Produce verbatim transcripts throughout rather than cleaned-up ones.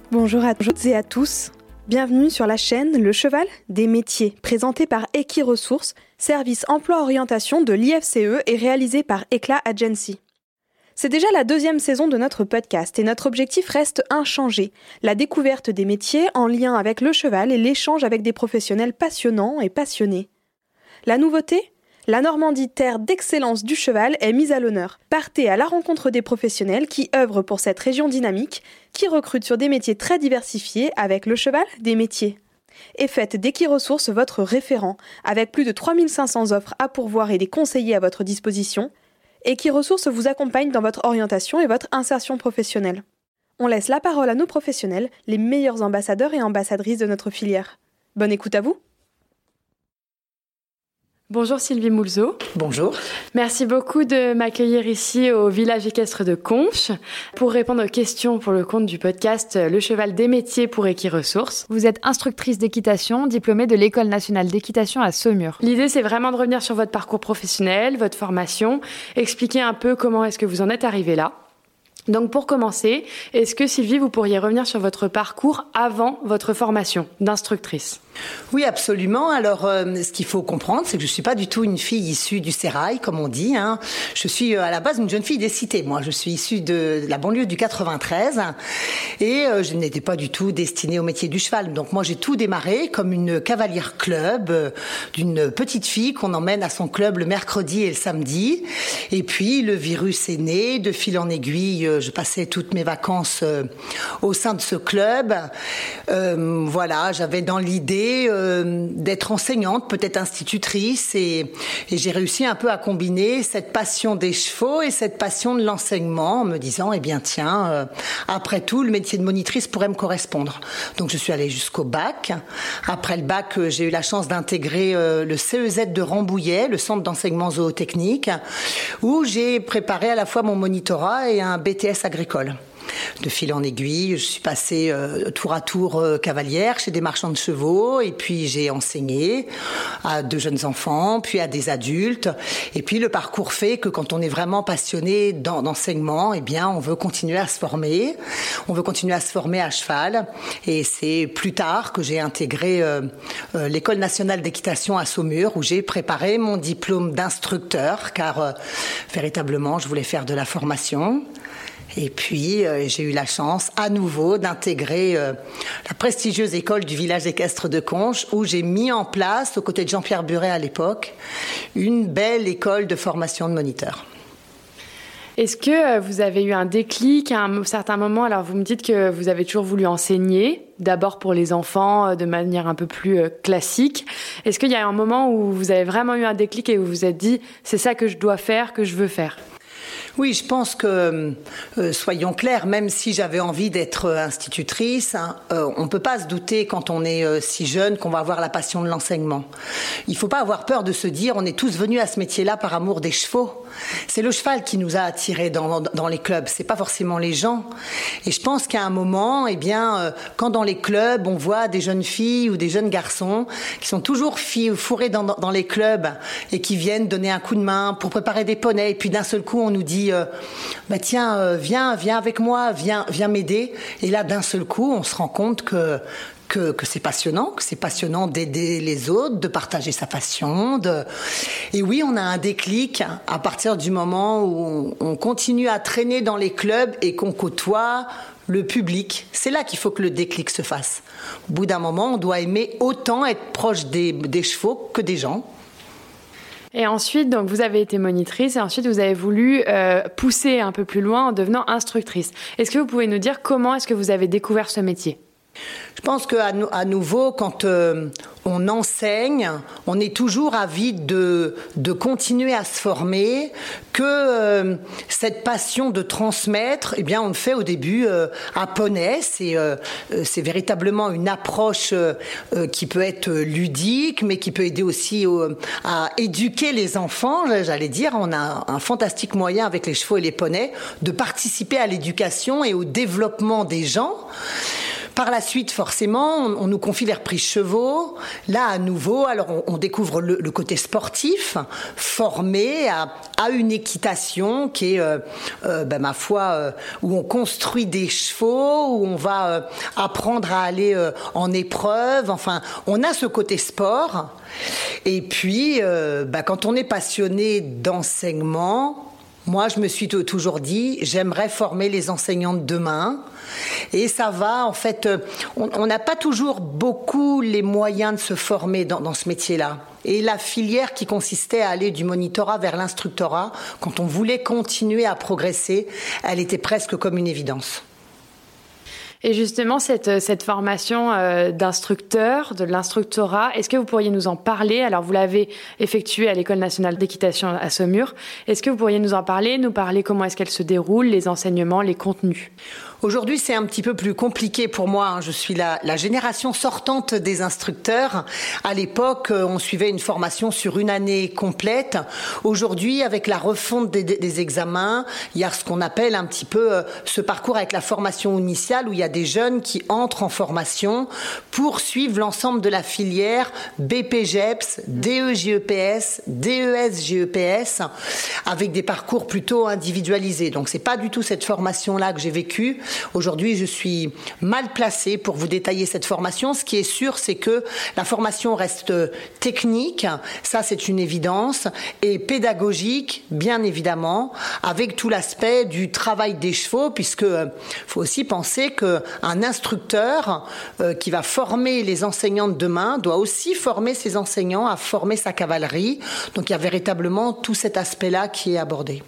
Bonjour à toutes et à tous. Bienvenue sur la chaîne Le Cheval des métiers, présentée par Equiresources, service emploi-orientation de l'I F C E et réalisé par Eclat Agency. C'est déjà la deuxième saison de notre podcast et notre objectif reste inchangé, la découverte des métiers en lien avec le cheval et l'échange avec des professionnels passionnants et passionnés. La nouveauté ? La Normandie, terre d'excellence du cheval, est mise à l'honneur. Partez à la rencontre des professionnels qui œuvrent pour cette région dynamique, qui recrutent sur des métiers très diversifiés avec le cheval des métiers. Et faites d'Equiresources votre référent, avec plus de trois mille cinq cents offres à pourvoir et des conseillers à votre disposition. Equiresources vous accompagne dans votre orientation et votre insertion professionnelle. On laisse la parole à nos professionnels, les meilleurs ambassadeurs et ambassadrices de notre filière. Bonne écoute à vous. Bonjour Sylvie Moulzeau. Bonjour. Merci beaucoup de m'accueillir ici au village équestre de Conches pour répondre aux questions pour le compte du podcast Le Cheval des métiers pour Equiresources. Vous êtes instructrice d'équitation, diplômée de l'École nationale d'équitation à Saumur. L'idée, c'est vraiment de revenir sur votre parcours professionnel, votre formation, expliquer un peu comment est-ce que vous en êtes arrivé là. Donc pour commencer, est-ce que Sylvie, vous pourriez revenir sur votre parcours avant votre formation d'instructrice ? Oui, absolument. Alors, euh, ce qu'il faut comprendre, c'est que je suis pas du tout une fille issue du sérail, comme on dit. Hein. Je suis euh, à la base une jeune fille des cités. Moi, je suis issue de la banlieue du quatre-vingt-treize et euh, je n'étais pas du tout destinée au métier du cheval. Donc moi, j'ai tout démarré comme une cavalière club euh, d'une petite fille qu'on emmène à son club le mercredi et le samedi. Et puis, le virus est né. De fil en aiguille, euh, je passais toutes mes vacances euh, au sein de ce club. Euh, voilà, j'avais dans l'idée Euh, d'être enseignante, peut-être institutrice, et, et j'ai réussi un peu à combiner cette passion des chevaux et cette passion de l'enseignement en me disant, eh bien tiens, euh, après tout, le métier de monitrice pourrait me correspondre. Donc je suis allée jusqu'au bac. Après le bac, euh, j'ai eu la chance d'intégrer euh, le C E Z de Rambouillet, le centre d'enseignement zootechnique, où j'ai préparé à la fois mon monitorat et un B T S agricole. De fil en aiguille, je suis passée euh, tour à tour euh, cavalière chez des marchands de chevaux, et puis j'ai enseigné à de jeunes enfants, puis à des adultes. Et puis le parcours fait que quand on est vraiment passionné dans, d'enseignement, eh bien on veut continuer à se former. On veut continuer à se former à cheval. Et c'est plus tard que j'ai intégré euh, euh, l'École nationale d'équitation à Saumur, où j'ai préparé mon diplôme d'instructeur, car euh, véritablement je voulais faire de la formation. Et puis, euh, j'ai eu la chance, à nouveau, d'intégrer euh, la prestigieuse école du village équestre de Conches, où j'ai mis en place, aux côtés de Jean-Pierre Buret à l'époque, une belle école de formation de moniteurs. Est-ce que vous avez eu un déclic à un certain moment ? Alors, vous me dites que vous avez toujours voulu enseigner, d'abord pour les enfants, de manière un peu plus classique. Est-ce qu'il y a un moment où vous avez vraiment eu un déclic et où vous vous êtes dit « c'est ça que je dois faire, que je veux faire » ? Oui, je pense que, euh, soyons clairs, même si j'avais envie d'être institutrice, hein, euh, on ne peut pas se douter quand on est euh, si jeune qu'on va avoir la passion de l'enseignement. Il ne faut pas avoir peur de se dire on est tous venus à ce métier-là par amour des chevaux. C'est le cheval qui nous a attirés dans, dans les clubs, c'est pas forcément les gens. Et je pense qu'à un moment, eh bien, euh, quand dans les clubs, on voit des jeunes filles ou des jeunes garçons qui sont toujours filles, fourrés dans, dans les clubs et qui viennent donner un coup de main pour préparer des poneys, et puis d'un seul coup, on nous dit Euh, bah tiens, euh, viens, viens avec moi, viens, viens m'aider. Et là, d'un seul coup, on se rend compte que que, que c'est passionnant, que c'est passionnant d'aider les autres, de partager sa passion. De... Et oui, on a un déclic à partir du moment où on, on continue à traîner dans les clubs et qu'on côtoie le public. C'est là qu'il faut que le déclic se fasse. Au bout d'un moment, on doit aimer autant être proche des, des chevaux que des gens. Et ensuite, donc, vous avez été monitrice et ensuite vous avez voulu euh, pousser un peu plus loin en devenant instructrice. Est-ce que vous pouvez nous dire comment est-ce que vous avez découvert ce métier ? Je pense qu'à à nouveau, quand euh, on enseigne, on est toujours avide de, de continuer à se former, que euh, cette passion de transmettre, eh bien, on le fait au début euh, à poney. C'est, euh, c'est véritablement une approche euh, qui peut être ludique, mais qui peut aider aussi euh, à éduquer les enfants, j'allais dire. On a un fantastique moyen avec les chevaux et les poneys de participer à l'éducation et au développement des gens. Par la suite, forcément, on, on nous confie les reprises chevaux. Là, à nouveau, alors on, on découvre le, le côté sportif, formé à, à une équitation qui est, euh, euh, ben, ma foi, euh, où on construit des chevaux, où on va euh, apprendre à aller euh, en épreuve. Enfin, on a ce côté sport. Et puis, euh, ben, quand on est passionné d'enseignement, moi, je me suis t- toujours dit, j'aimerais former les enseignants de demain. Et ça va, en fait, on n'a pas toujours beaucoup les moyens de se former dans, dans ce métier-là. Et la filière qui consistait à aller du monitorat vers l'instructorat, quand on voulait continuer à progresser, elle était presque comme une évidence. Et justement, cette, cette formation euh, d'instructeur, de l'instructorat, est-ce que vous pourriez nous en parler ? Alors, vous l'avez effectuée à l'École nationale d'équitation à Saumur. Est-ce que vous pourriez nous en parler, nous parler comment est-ce qu'elle se déroule, les enseignements, les contenus ? Aujourd'hui, c'est un petit peu plus compliqué pour moi. Je suis la, la génération sortante des instructeurs. À l'époque, on suivait une formation sur une année complète. Aujourd'hui, avec la refonte des, des examens, il y a ce qu'on appelle un petit peu ce parcours avec la formation initiale où il y a des jeunes qui entrent en formation pour suivre l'ensemble de la filière B P G E P S, D E G E P S, D E S G E P S, avec des parcours plutôt individualisés. Donc, c'est pas du tout cette formation-là que j'ai vécue. Aujourd'hui, je suis mal placée pour vous détailler cette formation. Ce qui est sûr, c'est que la formation reste technique, ça c'est une évidence, et pédagogique, bien évidemment, avec tout l'aspect du travail des chevaux, puisque euh, faut aussi penser qu'un instructeur euh, qui va former les enseignants de demain doit aussi former ses enseignants à former sa cavalerie. Donc il y a véritablement tout cet aspect-là qui est abordé.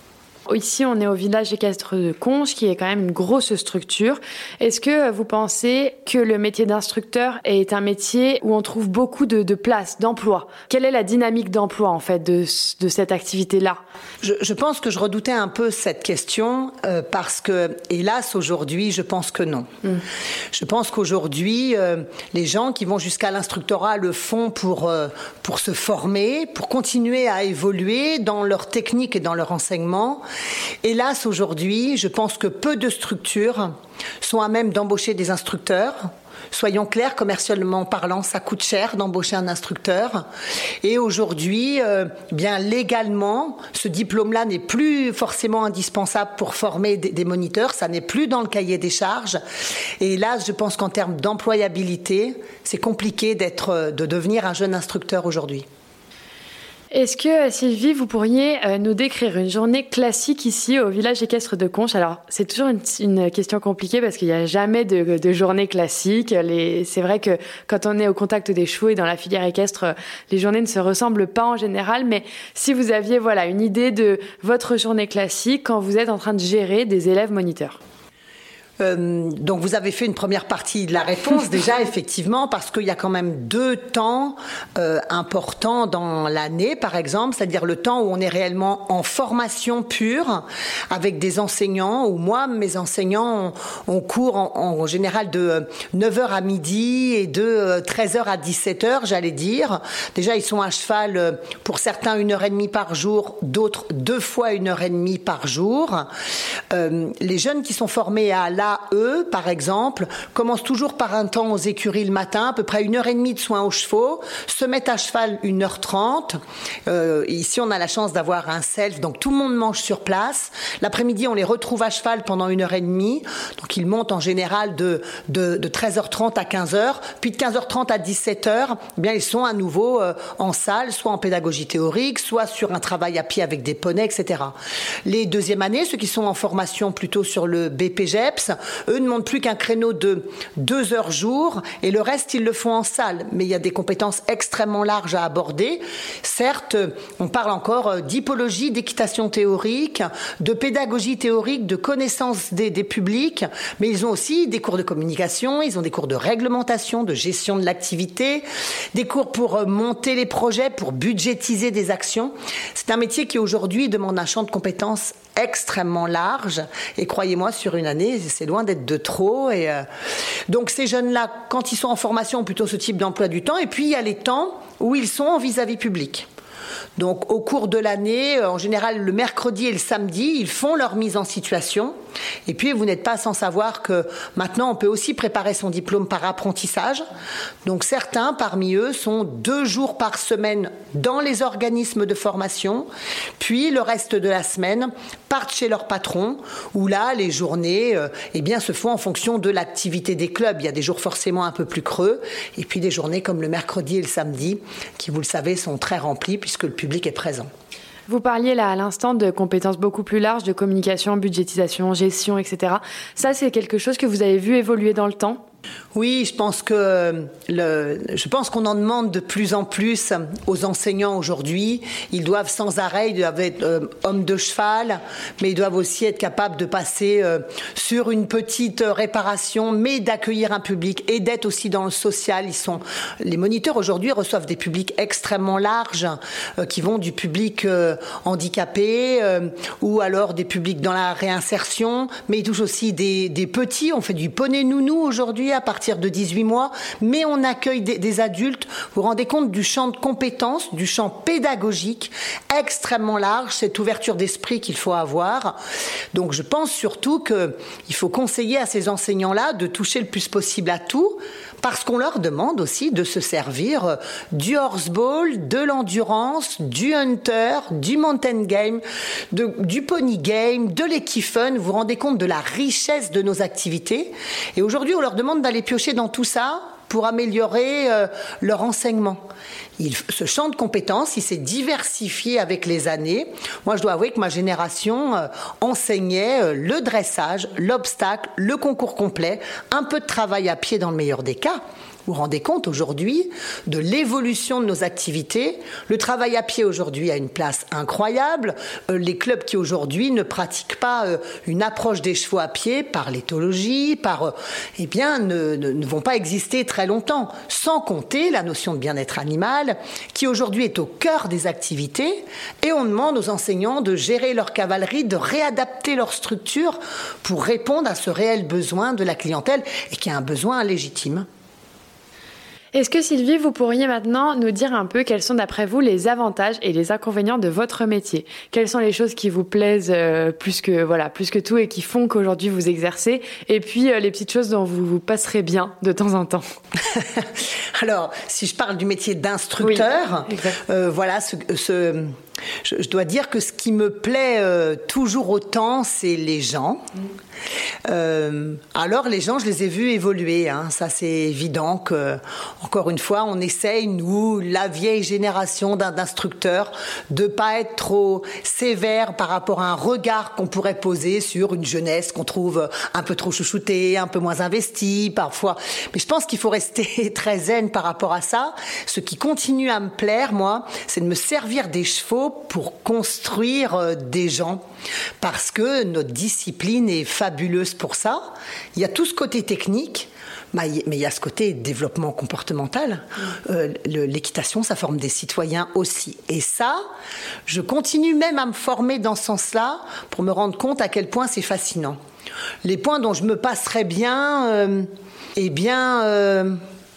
Ici, on est au village équestre de Conches, qui est quand même une grosse structure. Est-ce que vous pensez que le métier d'instructeur est un métier où on trouve beaucoup de, de place, d'emploi ? Quelle est la dynamique d'emploi, en fait, de, de cette activité-là ? je, je pense que je redoutais un peu cette question euh, parce que, hélas, aujourd'hui, je pense que non. Mm. Je pense qu'aujourd'hui, euh, les gens qui vont jusqu'à l'instructorat le font pour, euh, pour se former, pour continuer à évoluer dans leur technique et dans leur enseignement. Hélas, aujourd'hui, je pense que peu de structures sont à même d'embaucher des instructeurs. Soyons clairs, commercialement parlant, ça coûte cher d'embaucher un instructeur. Et aujourd'hui, euh, bien légalement, ce diplôme-là n'est plus forcément indispensable pour former des, des moniteurs. Ça n'est plus dans le cahier des charges. Et là, je pense qu'en termes d'employabilité, c'est compliqué d'être, de devenir un jeune instructeur aujourd'hui. Est-ce que, Sylvie, vous pourriez euh, nous décrire une journée classique ici au village équestre de Conches ? Alors, c'est toujours une, une question compliquée parce qu'il n'y a jamais de, de journée classique. Les, c'est vrai que quand on est au contact des chevaux et dans la filière équestre, les journées ne se ressemblent pas en général. Mais si vous aviez voilà, une idée de votre journée classique quand vous êtes en train de gérer des élèves moniteurs. Euh, donc vous avez fait une première partie de la réponse déjà effectivement parce qu'il y a quand même deux temps euh, importants dans l'année par exemple, c'est-à-dire le temps où on est réellement en formation pure avec des enseignants où moi mes enseignants on, on court en, en général de neuf heures à midi et de treize heures à dix-sept heures j'allais dire. Déjà ils sont à cheval pour certains une heure et demie par jour, d'autres deux fois une heure et demie par jour. Euh, les jeunes qui sont formés à la eux, par exemple, commencent toujours par un temps aux écuries le matin, à peu près une heure et demie de soins aux chevaux, se mettent à cheval une heure trente. Euh, ici, on a la chance d'avoir un self, donc tout le monde mange sur place. L'après-midi, on les retrouve à cheval pendant une heure et demie. Donc, ils montent en général de, de, de treize heures trente à quinze heures. Puis de quinze heures trente à dix-sept heures, eh bien, ils sont à nouveau euh, en salle, soit en pédagogie théorique, soit sur un travail à pied avec des poneys, et cetera. Les deuxième années, ceux qui sont en formation plutôt sur le B P G E P S, eux ne montent plus qu'un créneau de deux heures jour et le reste, ils le font en salle. Mais il y a des compétences extrêmement larges à aborder. Certes, on parle encore d'hypologie, d'équitation théorique, de pédagogie théorique, de connaissance des, des publics, mais ils ont aussi des cours de communication, ils ont des cours de réglementation, de gestion de l'activité, des cours pour monter les projets, pour budgétiser des actions. C'est un métier qui aujourd'hui demande un champ de compétences extrêmement large et croyez-moi sur une année c'est loin d'être de trop et euh... donc ces jeunes-là quand ils sont en formation ont plutôt ce type d'emploi du temps et puis il y a les temps où ils sont en vis-à-vis public. Donc au cours de l'année, en général le mercredi et le samedi, ils font leur mise en situation Et puis, vous n'êtes pas sans savoir que maintenant, on peut aussi préparer son diplôme par apprentissage. Donc, certains parmi eux sont deux jours par semaine dans les organismes de formation, puis le reste de la semaine partent chez leur patron, où là, les journées euh, eh bien, se font en fonction de l'activité des clubs. Il y a des jours forcément un peu plus creux, et puis des journées comme le mercredi et le samedi, qui, vous le savez, sont très remplies puisque le public est présent. Vous parliez là à l'instant de compétences beaucoup plus larges, de communication, budgétisation, gestion, et cetera. Ça, c'est quelque chose que vous avez vu évoluer dans le temps ? Oui, je pense que le, je pense qu'on en demande de plus en plus aux enseignants aujourd'hui. Ils doivent sans arrêt, ils doivent être euh, hommes de cheval, mais ils doivent aussi être capables de passer euh, sur une petite réparation, mais d'accueillir un public et d'être aussi dans le social. Ils sont, les moniteurs aujourd'hui reçoivent des publics extrêmement larges, euh, qui vont du public euh, handicapé euh, ou alors des publics dans la réinsertion, mais ils touchent aussi des, des petits. On fait du poney nounou aujourd'hui à partir de dix-huit mois, mais on accueille des, des adultes. Vous vous rendez compte du champ de compétences, du champ pédagogique extrêmement large, cette ouverture d'esprit qu'il faut avoir. Donc je pense surtout qu'il faut conseiller à ces enseignants-là de toucher le plus possible à tout, parce qu'on leur demande aussi de se servir du horseball, de l'endurance, du hunter, du mountain game, de, du pony game, de l'équifun. Vous vous rendez compte de la richesse de nos activités. Et aujourd'hui, on leur demande d'aller piocher dans tout ça pour améliorer euh, leur enseignement. Il, ce champ de compétences, il s'est diversifié avec les années. Moi, je dois avouer que ma génération euh, enseignait euh, le dressage, l'obstacle, le concours complet, un peu de travail à pied dans le meilleur des cas. Vous vous rendez compte aujourd'hui de l'évolution de nos activités. Le travail à pied aujourd'hui a une place incroyable. Euh, les clubs qui aujourd'hui ne pratiquent pas euh, une approche des chevaux à pied par l'éthologie, par, euh, eh bien, ne, ne, ne vont pas exister très longtemps. Sans compter la notion de bien-être animal qui aujourd'hui est au cœur des activités. Et on demande aux enseignants de gérer leur cavalerie, de réadapter leur structure pour répondre à ce réel besoin de la clientèle et qui est un besoin légitime. Est-ce que Sylvie, vous pourriez maintenant nous dire un peu quels sont d'après vous les avantages et les inconvénients de votre métier ? Quelles sont les choses qui vous plaisent euh, plus que voilà, plus que tout et qui font qu'aujourd'hui vous exercez ? Et puis euh, les petites choses dont vous vous passerez bien de temps en temps. Alors, si je parle du métier d'instructeur, oui, euh, voilà ce, ce Je, je dois dire que ce qui me plaît euh, toujours autant, c'est les gens. Mmh. Euh, alors, les gens, je les ai vus évoluer. Hein. Ça, c'est évident que, encore une fois, on essaye, nous, la vieille génération d'un, d'instructeurs, de pas être trop sévère par rapport à un regard qu'on pourrait poser sur une jeunesse qu'on trouve un peu trop chouchoutée, un peu moins investie, parfois. Mais je pense qu'il faut rester très zen par rapport à ça. Ce qui continue à me plaire, moi, c'est de me servir des chevaux pour construire des gens, parce que notre discipline est fabuleuse pour ça. Il y a tout ce côté technique, mais il y a ce côté développement comportemental. Euh, le, l'équitation, ça forme des citoyens aussi. Et ça, je continue même à me former dans ce sens-là pour me rendre compte à quel point c'est fascinant. Les points dont je me passerais bien, euh, eh bien, euh,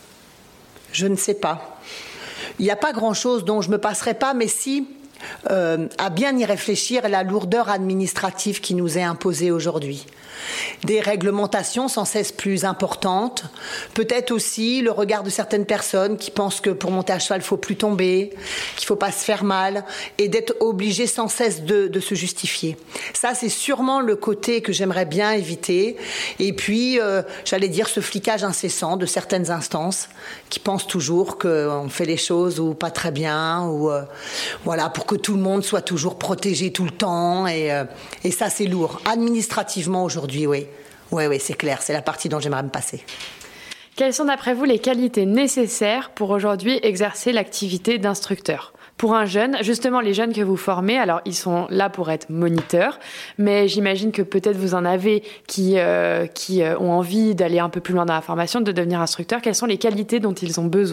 je ne sais pas. Il n'y a pas grand-chose dont je me passerais pas, mais si... Euh, à bien y réfléchir, la lourdeur administrative qui nous est imposée aujourd'hui. Des réglementations sans cesse plus importantes, peut-être aussi le regard de certaines personnes qui pensent que pour monter à cheval, il ne faut plus tomber, qu'il ne faut pas se faire mal, et d'être obligé sans cesse de, de se justifier. Ça, c'est sûrement le côté que j'aimerais bien éviter. Et puis, euh, j'allais dire, ce flicage incessant de certaines instances qui pensent toujours qu'on fait les choses ou pas très bien, ou euh, voilà, pour que tout le monde soit toujours protégé tout le temps. Et, euh, et ça, c'est lourd. Administrativement, aujourd'hui, oui. Oui, oui, c'est clair. C'est la partie dont j'aimerais me passer. Quelles sont, d'après vous, les qualités nécessaires pour aujourd'hui exercer l'activité d'instructeur ? Pour un jeune, justement, les jeunes que vous formez, alors ils sont là pour être moniteurs, mais j'imagine que peut-être vous en avez qui, euh, qui euh, ont envie d'aller un peu plus loin dans la formation, de devenir instructeur. Quelles sont les qualités dont ils ont besoin ?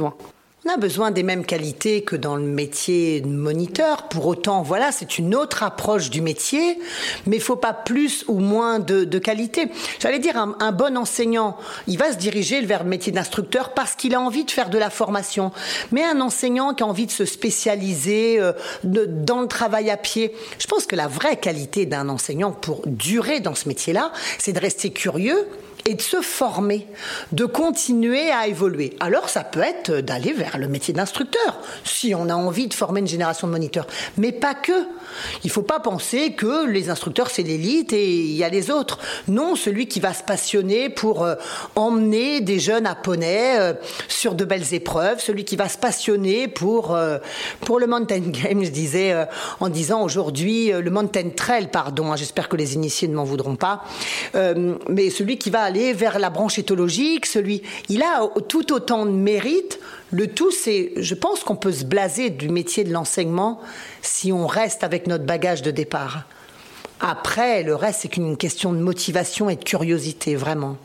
On a besoin des mêmes qualités que dans le métier de moniteur. Pour autant, voilà, c'est une autre approche du métier, mais il ne faut pas plus ou moins de, de qualité. J'allais dire, un, un bon enseignant, il va se diriger vers le métier d'instructeur parce qu'il a envie de faire de la formation. Mais un enseignant qui a envie de se spécialiser euh, de, dans le travail à pied, je pense que la vraie qualité d'un enseignant pour durer dans ce métier-là, c'est de rester curieux et de se former, de continuer à évoluer. Alors ça peut être d'aller vers le métier d'instructeur, si on a envie de former une génération de moniteurs. Mais pas que. Il ne faut pas penser que les instructeurs c'est l'élite et il y a les autres. Non, celui qui va se passionner pour euh, emmener des jeunes à poney euh, sur de belles épreuves, celui qui va se passionner pour, euh, pour le mountain game, je disais, euh, en disant aujourd'hui, euh, le mountain trail, pardon, hein, j'espère que les initiés ne m'en voudront pas, euh, mais celui qui va aller vers la branche éthologique, celui, il a tout autant de mérite. Le tout, c'est, je pense qu'on peut se blaser du métier de l'enseignement si on reste avec notre bagage de départ. Après, le reste, c'est qu'une question de motivation et de curiosité, vraiment.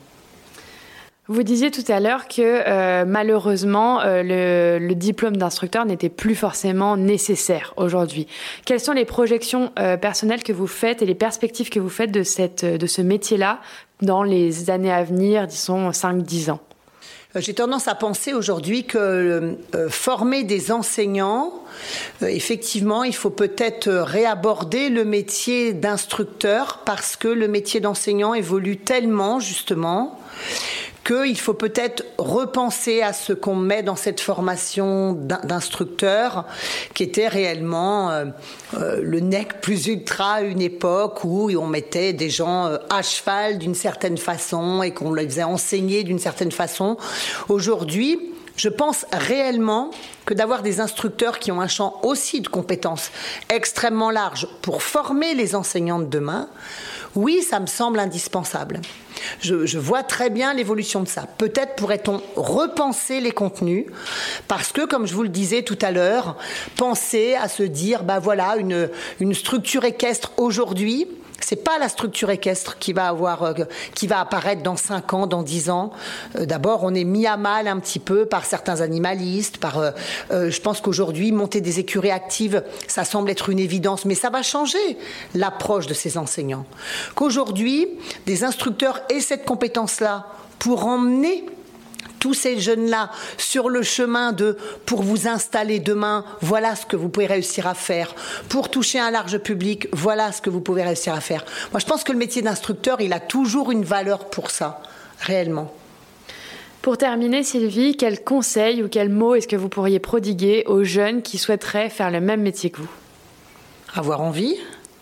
Vous disiez tout à l'heure que euh, malheureusement, euh, le, le diplôme d'instructeur n'était plus forcément nécessaire aujourd'hui. Quelles sont les projections euh, personnelles que vous faites et les perspectives que vous faites de, cette, de ce métier-là dans les années à venir, disons cinq à dix ans ? J'ai tendance à penser aujourd'hui que euh, former des enseignants, euh, effectivement, il faut peut-être réaborder le métier d'instructeur parce que le métier d'enseignant évolue tellement, justement, qu'il faut peut-être repenser à ce qu'on met dans cette formation d'instructeur, qui était réellement euh, euh, le nec plus ultra à une époque où on mettait des gens euh, à cheval d'une certaine façon et qu'on les faisait enseigner d'une certaine façon. Aujourd'hui, je pense réellement que d'avoir des instructeurs qui ont un champ aussi de compétences extrêmement large pour former les enseignants de demain, oui, ça me semble indispensable. Je, je vois très bien l'évolution de ça. Peut-être pourrait-on repenser les contenus parce que, comme je vous le disais tout à l'heure, penser à se dire, bah voilà, une, une structure équestre aujourd'hui, c'est pas la structure équestre qui va avoir, euh, qui va apparaître dans cinq ans, dans dix ans. Euh, d'abord, on est mis à mal un petit peu par certains animalistes, par, euh, euh, je pense qu'aujourd'hui, monter des écuries actives, ça semble être une évidence, mais ça va changer l'approche de ces enseignants. Qu'aujourd'hui, des instructeurs aient cette compétence-là pour emmener tous ces jeunes-là sur le chemin de pour vous installer demain, voilà ce que vous pouvez réussir à faire. Pour toucher un large public, voilà ce que vous pouvez réussir à faire. Moi, je pense que le métier d'instructeur, il a toujours une valeur pour ça, réellement. Pour terminer, Sylvie, quel conseil ou quel mot est-ce que vous pourriez prodiguer aux jeunes qui souhaiteraient faire le même métier que vous ? Avoir envie.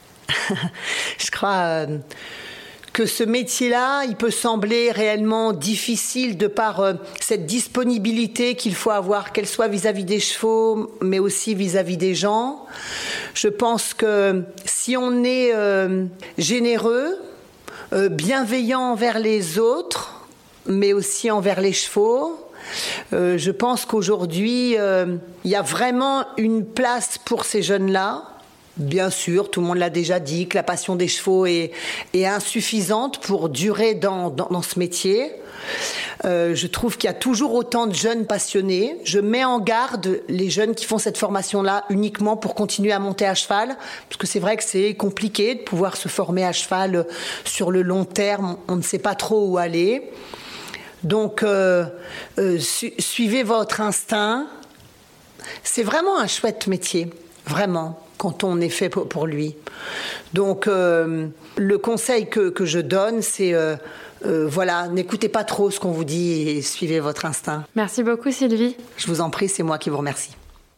Je crois... Euh, que ce métier-là, il peut sembler réellement difficile de par euh, cette disponibilité qu'il faut avoir, qu'elle soit vis-à-vis des chevaux, mais aussi vis-à-vis des gens. Je pense que si on est euh, généreux, euh, bienveillant envers les autres, mais aussi envers les chevaux, euh, je pense qu'aujourd'hui, euh, il y a vraiment une place pour ces jeunes-là. Bien sûr, tout le monde l'a déjà dit, que la passion des chevaux est, est insuffisante pour durer dans, dans, dans ce métier. Euh, je trouve qu'il y a toujours autant de jeunes passionnés. Je mets en garde les jeunes qui font cette formation-là uniquement pour continuer à monter à cheval, parce que c'est vrai que c'est compliqué de pouvoir se former à cheval sur le long terme. On ne sait pas trop où aller. Donc, euh, euh, su- suivez votre instinct. C'est vraiment un chouette métier, vraiment, quand on est fait pour lui. Donc, euh, le conseil que, que je donne, c'est, euh, euh, voilà, n'écoutez pas trop ce qu'on vous dit et suivez votre instinct. Merci beaucoup, Sylvie. Je vous en prie, c'est moi qui vous remercie.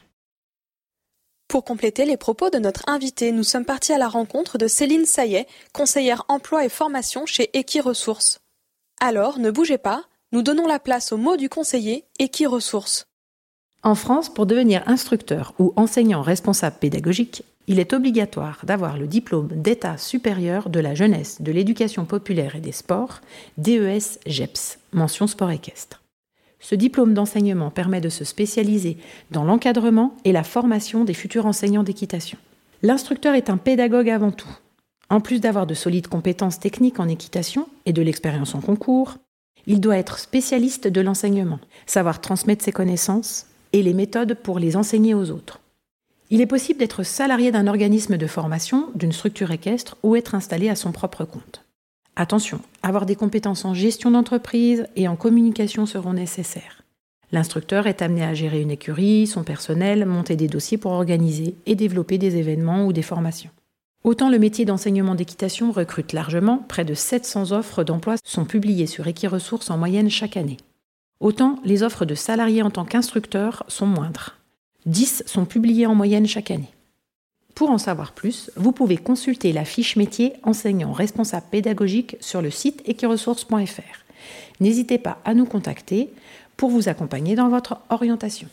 Pour compléter les propos de notre invitée, nous sommes partis à la rencontre de Céline Saillet, conseillère emploi et formation chez Equiresources. Alors, ne bougez pas, nous donnons la place au mot du conseiller Equiresources. En France, pour devenir instructeur ou enseignant responsable pédagogique, il est obligatoire d'avoir le diplôme d'état supérieur de la jeunesse, de l'éducation populaire et des sports, D E S G E P S, mention sport équestre. Ce diplôme d'enseignement permet de se spécialiser dans l'encadrement et la formation des futurs enseignants d'équitation. L'instructeur est un pédagogue avant tout. En plus d'avoir de solides compétences techniques en équitation et de l'expérience en concours, il doit être spécialiste de l'enseignement, savoir transmettre ses connaissances, et les méthodes pour les enseigner aux autres. Il est possible d'être salarié d'un organisme de formation, d'une structure équestre ou être installé à son propre compte. Attention, avoir des compétences en gestion d'entreprise et en communication seront nécessaires. L'instructeur est amené à gérer une écurie, son personnel, monter des dossiers pour organiser et développer des événements ou des formations. Autant le métier d'enseignement d'équitation recrute largement, près de sept cents offres d'emploi sont publiées sur Equiresources en moyenne chaque année. Autant les offres de salariés en tant qu'instructeur sont moindres. dix sont publiées en moyenne chaque année. Pour en savoir plus, vous pouvez consulter la fiche métier enseignant responsable pédagogique sur le site equiresources point f r. N'hésitez pas à nous contacter pour vous accompagner dans votre orientation.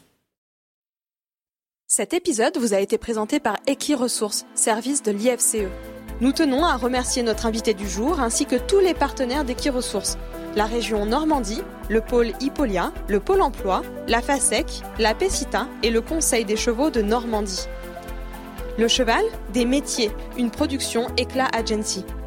Cet épisode vous a été présenté par Equiresources, service de l'I F C E. Nous tenons à remercier notre invité du jour ainsi que tous les partenaires d'Equiresources, la région Normandie, le pôle Hippolia, le pôle emploi, la FASEC, la PECITA et le Conseil des chevaux de Normandie. Le cheval, des métiers, une production Éclat Agency.